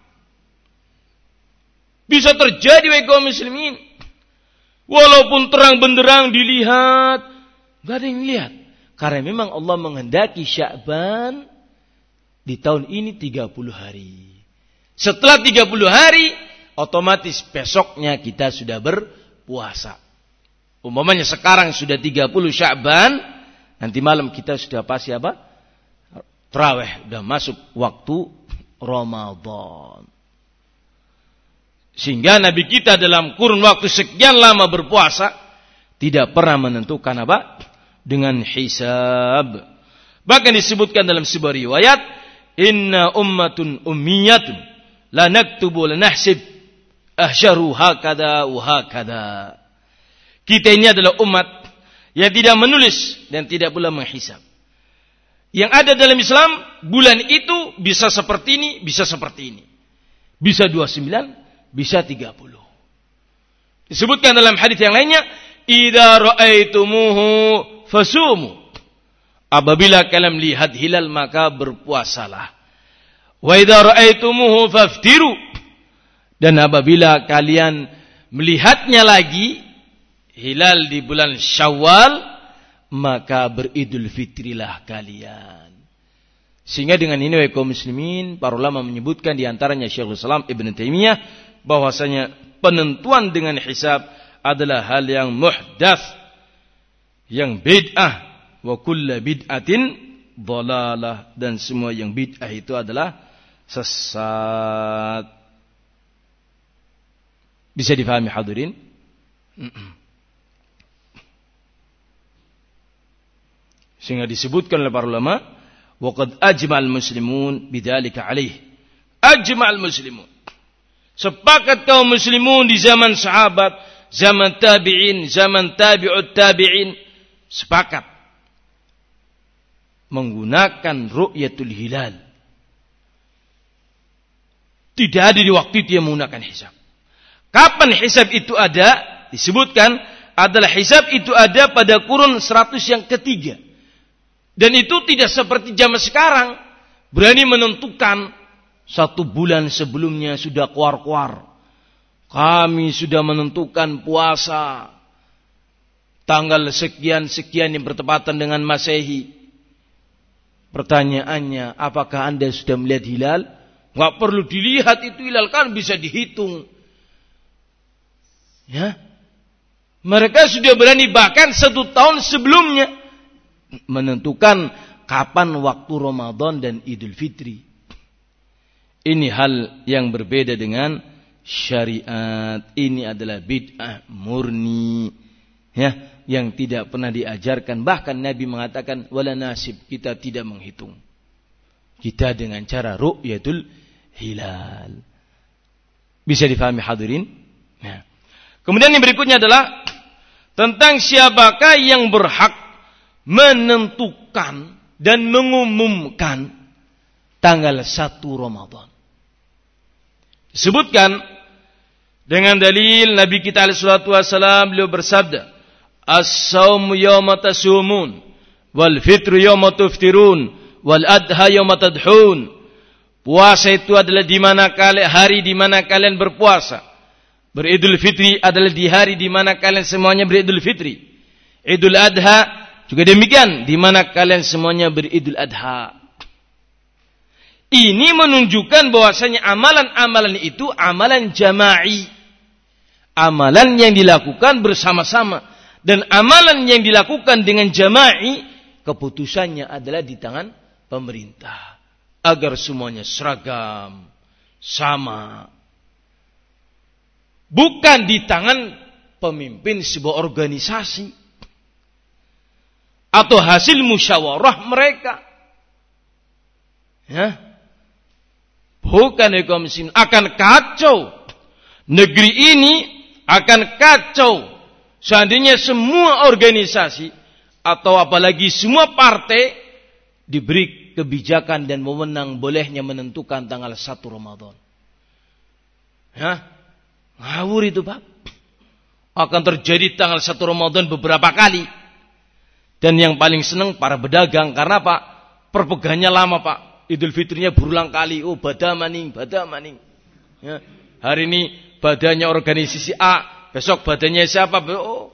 Bisa terjadi wahai kaum muslimin. Walaupun terang benderang dilihat, enggak ada yang lihat. Karena memang Allah menghendaki Sya'ban di tahun ini tiga puluh hari. Setelah tiga puluh hari, otomatis besoknya kita sudah berpuasa. Umpamanya sekarang sudah tiga puluh Sya'ban, nanti malam kita sudah pasti apa? Tarawih, sudah masuk waktu Ramadan. Sehingga Nabi kita dalam kurun waktu sekian lama berpuasa tidak pernah menentukan apa? Dengan hisab. Bahkan disebutkan dalam sebuah riwayat, inna ummatun ummiyatun la naktubu la nahsib ahsyaru hakada wa hakada. Kita ini adalah umat yang tidak menulis dan tidak pula menghisab. Yang ada dalam Islam, bulan itu bisa seperti ini, bisa seperti ini. Bisa dua puluh sembilan, bisa tiga puluh. Disebutkan dalam hadis yang lainnya, idza ra'aitumuhu fasumu. Apabila kalian melihat hilal maka berpuasalah. Wa idza ra'aitumuhu faftiru. Dan apabila kalian melihatnya lagi hilal di bulan Syawal, maka beridul fitrilah kalian. Sehingga dengan ini wahai kaum muslimin, para ulama menyebutkan di antaranya Syekhul Islam Ibnu Taimiyah bahwasanya penentuan dengan hisab adalah hal yang muhdats, yang bid'ah, wa kullu bid'atin dhalalah, dan semua yang bid'ah itu adalah sesat. Bisa difahami hadirin? Sehingga disebutkan oleh para ulama, wa qad ajma'al muslimun bidzalika alaih. Ajma'al muslimun. Sepakat kaum muslimun di zaman sahabat, zaman tabi'in, zaman tabi'ut tabi'in, sepakat menggunakan ru'yatul hilal. Tidak ada di waktu itu yang menggunakan hisab. Kapan hisab itu ada? Disebutkan adalah hisab itu ada pada kurun seratus yang ketiga. Dan itu tidak seperti zaman sekarang, berani menentukan satu bulan sebelumnya sudah keluar-keluar. Kami sudah menentukan puasa tanggal sekian-sekian yang bertepatan dengan Masehi. Pertanyaannya, apakah Anda sudah melihat hilal? Enggak perlu dilihat itu hilal, kan bisa dihitung. Ya. Mereka sudah berani bahkan satu tahun sebelumnya menentukan kapan waktu Ramadan dan Idul Fitri. Ini hal yang berbeda dengan syariat. Ini adalah bid'ah murni, ya, yang tidak pernah diajarkan. Bahkan Nabi mengatakan wala nasib, kita tidak menghitung. Kita dengan cara ru'yatul hilal. Bisa difahami hadirin? Nah. Kemudian yang berikutnya adalah tentang siapakah yang berhak menentukan dan mengumumkan tanggal satu Ramadan. Disebutkan dengan dalil Nabi kita alaihi salatu wasallam, beliau bersabda, as-saumu yawma tasumun wal fitru yawma tuftirun wal adha yawma tadhun. Puasa itu adalah di mana kalian, hari di mana kalian berpuasa. Beridul Fitri adalah di hari di mana kalian semuanya beridul Fitri. Idul Adha juga demikian, di mana kalian semuanya beridul Adha. Ini menunjukkan bahwasanya amalan-amalan itu amalan jama'i. Amalan yang dilakukan bersama-sama. Dan amalan yang dilakukan dengan jama'i, keputusannya adalah di tangan pemerintah. Agar semuanya seragam, sama. Bukan di tangan pemimpin sebuah organisasi atau hasil musyawarah mereka. Ya. Bukan ekonomi muslim, akan kacau. Negeri ini akan kacau seandainya semua organisasi atau apalagi semua partai diberi kebijakan dan wewenang bolehnya menentukan tanggal satu Ramadan. Ya. Ngawur itu, Pak. Akan terjadi tanggal satu Ramadan beberapa kali. Dan yang paling senang para pedagang. Karena apa? Perpegangannya lama Pak. Idul Fitrinya berulang kali. Oh bada maning, bada maning. Ya. Hari ini badannya organisasi A. Besok badannya siapa? Oh.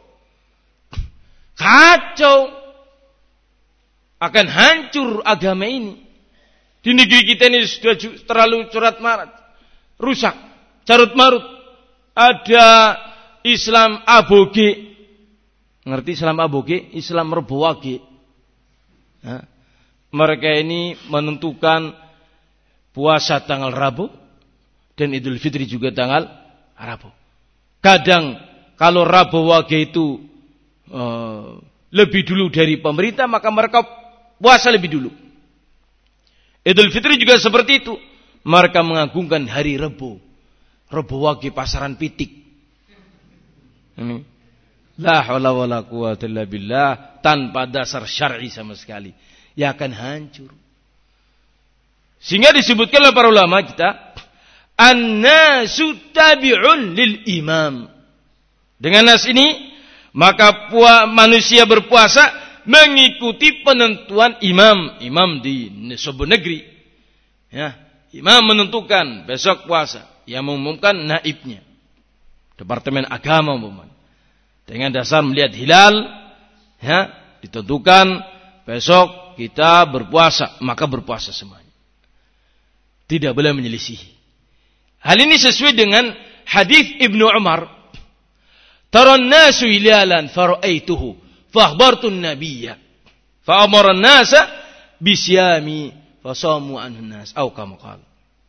Kacau. Akan hancur agama ini. Di negeri kita ini sudah terlalu curat marat. Rusak. Carut marut. Ada Islam aboge. Ngerti Islam aboge? Islam rebowage. Nah, mereka ini menentukan puasa tanggal Rabu dan Idul Fitri juga tanggal Rabu. Kadang kalau Rabu wage itu uh, lebih dulu dari pemerintah, maka mereka puasa lebih dulu. Idul Fitri juga seperti itu. Mereka mengagungkan hari Rabu. Rabu wage pasaran pitik. Ini. La haula wala quwwata illa billah, tanpa dasar syar'i sama sekali. Ya akan hancur. Sehingga disebutkan oleh para ulama kita, an-nasu tabi'un lil imam. Dengan nas ini, maka pua, manusia berpuasa mengikuti penentuan imam. Imam di sebuah negeri. Ya, imam menentukan besok puasa. Yang mengumumkan naibnya. Departemen agama umumnya. Dengan dasar melihat hilal, ya, ditentukan besok kita berpuasa, maka berpuasa semuanya. Tidak boleh menyelisihi. Hal ini sesuai dengan hadis Ibnu Umar. Taran nasu hilalan fara'aituhu fa-akhbartu an-nabiyya fa amara an-nasa bisyami fasamu anhu an-nas atau kama qala.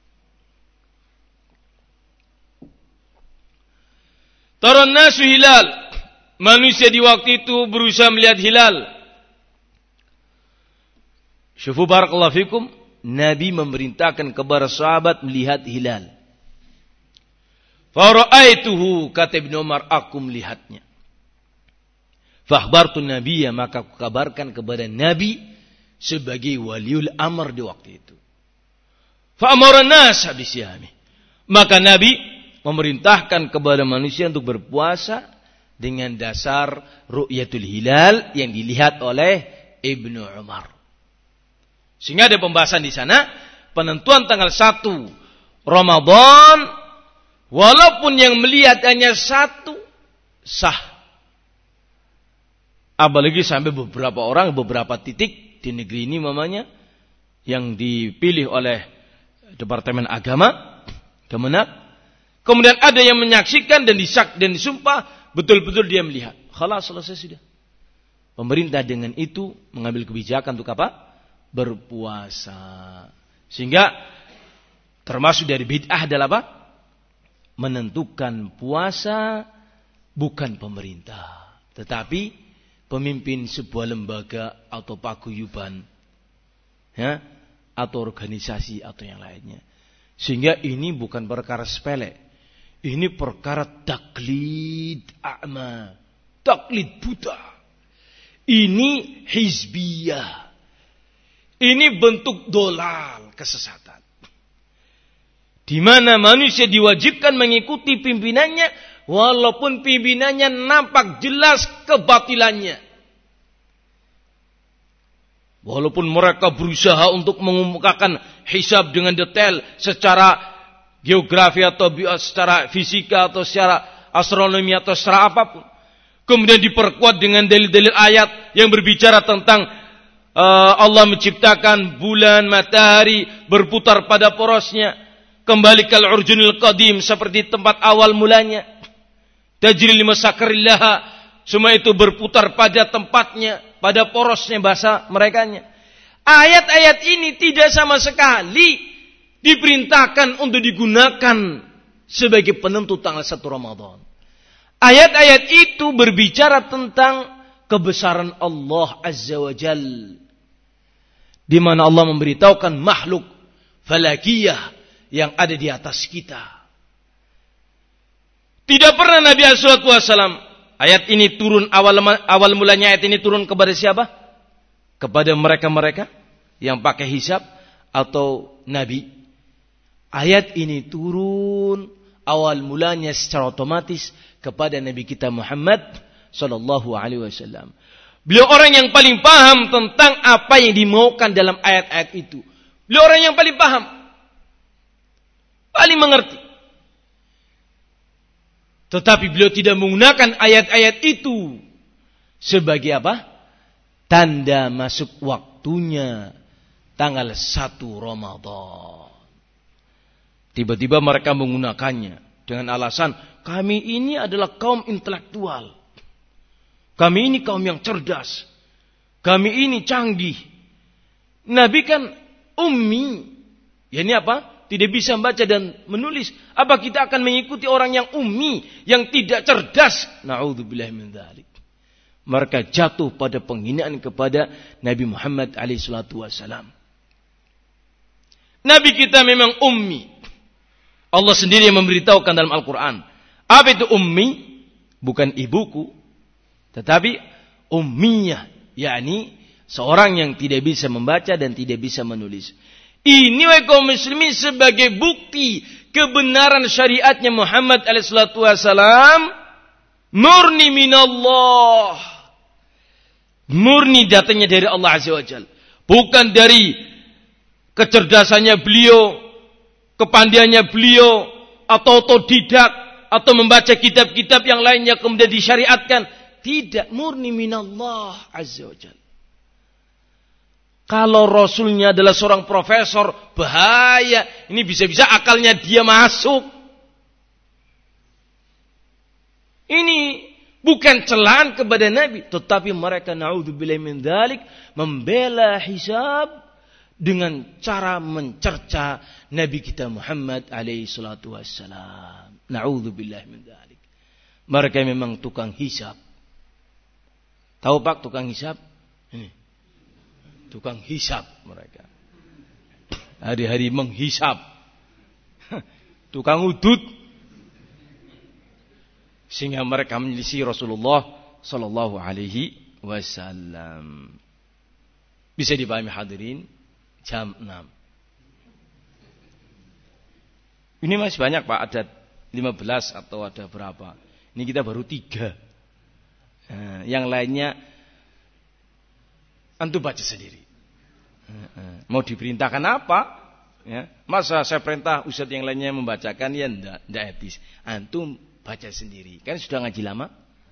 Taran nasu hilal, manusia di waktu itu berusaha melihat hilal. Syufu barakallahu fikum, Nabi memerintahkan kepada sahabat melihat hilal. Fara'aituhu, kata Ibnu Umar, aku melihatnya. Fakhbartu nabiyya, maka aku kabarkan kepada Nabi sebagai waliul amr di waktu itu. Fa'amara nas bisyami. Maka Nabi memerintahkan kepada manusia untuk berpuasa dengan dasar ru'yatul hilal yang dilihat oleh Ibnu Umar. Sehingga ada pembahasan di sana, penentuan tanggal satu Ramadan, walaupun yang melihat hanya satu, sah. Apalagi sampai beberapa orang, beberapa titik di negeri ini mamanya, yang dipilih oleh Departemen Agama, Kemenak. Kemudian ada yang menyaksikan dan disak dan disumpah, betul-betul dia melihat. Khalas, selesai sudah. Pemerintah dengan itu mengambil kebijakan untuk apa? Berpuasa. Sehingga termasuk dari bid'ah adalah apa? Menentukan puasa bukan pemerintah, tetapi pemimpin sebuah lembaga atau paguyuban, ya, atau organisasi atau yang lainnya. Sehingga ini bukan perkara sepele. Ini perkara taklid a'ma, taklid buta. Ini hizbiyah. Ini bentuk dolal, kesesatan. Di mana manusia diwajibkan mengikuti pimpinannya, walaupun pimpinannya nampak jelas kebatilannya. Walaupun mereka berusaha untuk mengumumkakan hisab dengan detail secara geografi atau secara fisika atau secara astronomi atau secara apapun. Kemudian diperkuat dengan dalil-dalil ayat yang berbicara tentang Uh, Allah menciptakan bulan, matahari berputar pada porosnya, kembali kal urjunil qadim seperti tempat awal mulanya. Tajri limasakarillaha, semua itu berputar pada tempatnya, pada porosnya bahasa merekanya. Ayat-ayat ini tidak sama sekali diperintahkan untuk digunakan sebagai penentu tanggal satu Ramadan. Ayat-ayat itu berbicara tentang kebesaran Allah Azza wa Jal, di mana Allah memberitahukan makhluk falakiyah yang ada di atas kita. Tidak pernah Nabi sallallahu alaihi wasallam, ayat ini turun awal awal mulanya ayat ini turun kepada siapa? Kepada mereka-mereka yang pakai hisab atau nabi. Ayat ini turun awal mulanya secara otomatis kepada Nabi kita Muhammad sallallahu alaihi wasallam. Beliau orang yang paling paham tentang apa yang dimaukan dalam ayat-ayat itu. Beliau orang yang paling paham. Paling mengerti. Tetapi beliau tidak menggunakan ayat-ayat itu sebagai apa? Tanda masuk waktunya tanggal satu Ramadan. Tiba-tiba mereka menggunakannya dengan alasan kami ini adalah kaum intelektual. Kami ini kaum yang cerdas. Kami ini canggih. Nabi kan ummi. Ya ini apa? Tidak bisa membaca dan menulis. Apa kita akan mengikuti orang yang ummi, yang tidak cerdas? Na'udzubillah min dzalik. Mereka jatuh pada penghinaan kepada Nabi Muhammad alaihi salatu wasalam. Nabi kita memang ummi. Allah sendiri yang memberitahukan dalam Al-Quran. Apa itu ummi? Bukan ibuku. Tetapi ummiyah, yakni seorang yang tidak bisa membaca dan tidak bisa menulis. Ini wahai kaum muslimin sebagai bukti kebenaran syariatnya Muhammad alaihi salatu wasalam murni minallah. Murni datangnya dari Allah azza wajalla, bukan dari kecerdasannya beliau, kepandaiannya beliau, atau otodidak, atau membaca kitab-kitab yang lainnya kemudian disyariatkan. Tidak, murni minallah azza wa jalla. Kalau Rasulnya adalah seorang profesor, bahaya. Ini bisa-bisa akalnya dia masuk. Ini bukan celaan kepada Nabi. Tetapi mereka na'udzubillah min dzalik membela hisab dengan cara mencerca Nabi kita Muhammad alaihi salatu wassalam. Na'udzubillah min dzalik. Mereka memang tukang hisab. Tahu Pak tukang hisab? Ini. Tukang hisab mereka. Hari-hari menghisab. Tukang udut. Sehingga mereka menyelisih Rasulullah sallallahu alaihi wasallam. Bisa dipahami hadirin? Jam enam. Ini masih banyak Pak. Ada lima belas atau ada berapa. Ini kita baru tiga. Nah, yang lainnya antum baca sendiri. Mau diperintahkan apa? Ya, masa saya perintah ustaz yang lainnya membacakan, ya enggak, enggak etis. Antum baca sendiri. Kan sudah ngaji lama.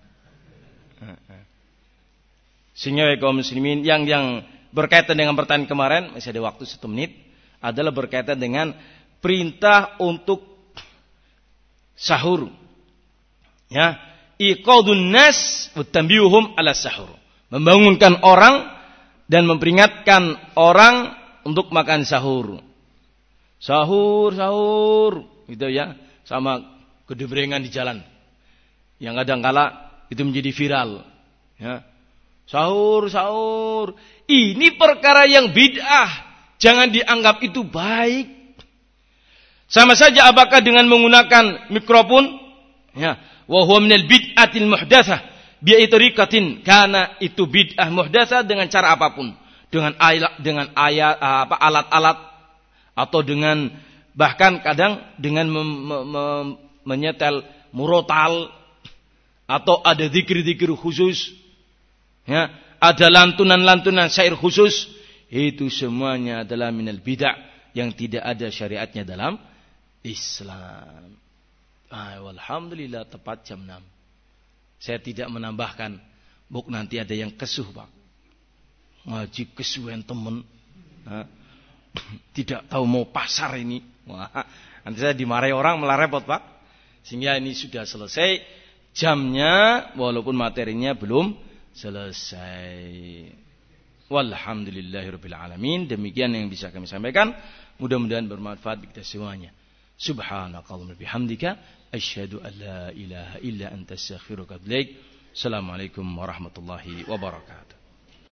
Sehingga kaum muslimin yang yang berkaitan dengan pertanyaan kemarin, masih ada waktu satu menit, adalah berkaitan dengan perintah untuk sahur. Ya. Iqadun nas wa tanbihum ala sahur. Membangunkan orang dan memperingatkan orang untuk makan sahur. Sahur, sahur, gitu ya. Sama gedebrengan di jalan. Yang kadang-kala itu menjadi viral, ya. Sahur, sahur. Ini perkara yang bid'ah. Jangan dianggap itu baik. Sama saja apakah dengan menggunakan mikrofon, ya. Wa huwa minal bid'atil muhdatsah bi itriqatin, karena itu bid'ah muhdatsah dengan cara apapun, dengan ayat dengan ayat apa alat-alat atau dengan bahkan kadang dengan mem, mem, menyetel murotal atau ada zikir-zikir khusus, ya, ada lantunan-lantunan syair khusus, itu semuanya adalah minal bid'ah yang tidak ada syariatnya dalam Islam. Ah, alhamdulillah tepat jam enam. Saya tidak menambahkan. Buk nanti ada yang kesuh Pak. Ngaji kesuhan temen. Nah, tidak tahu mau pasar ini. Wah, nanti saya dimarahi orang malah repot Pak. Sehingga ini sudah selesai jamnya walaupun materinya belum selesai. Walhamdulillahirabbil alamin. Demikian yang bisa kami sampaikan. Mudah-mudahan bermanfaat bagi kita semuanya. Subhanakallahumma bihamdika asyhadu an la ilaha illa anta astaghfiruka wa atubu ilaik. Assalamualaikum warahmatullahi wabarakatuh.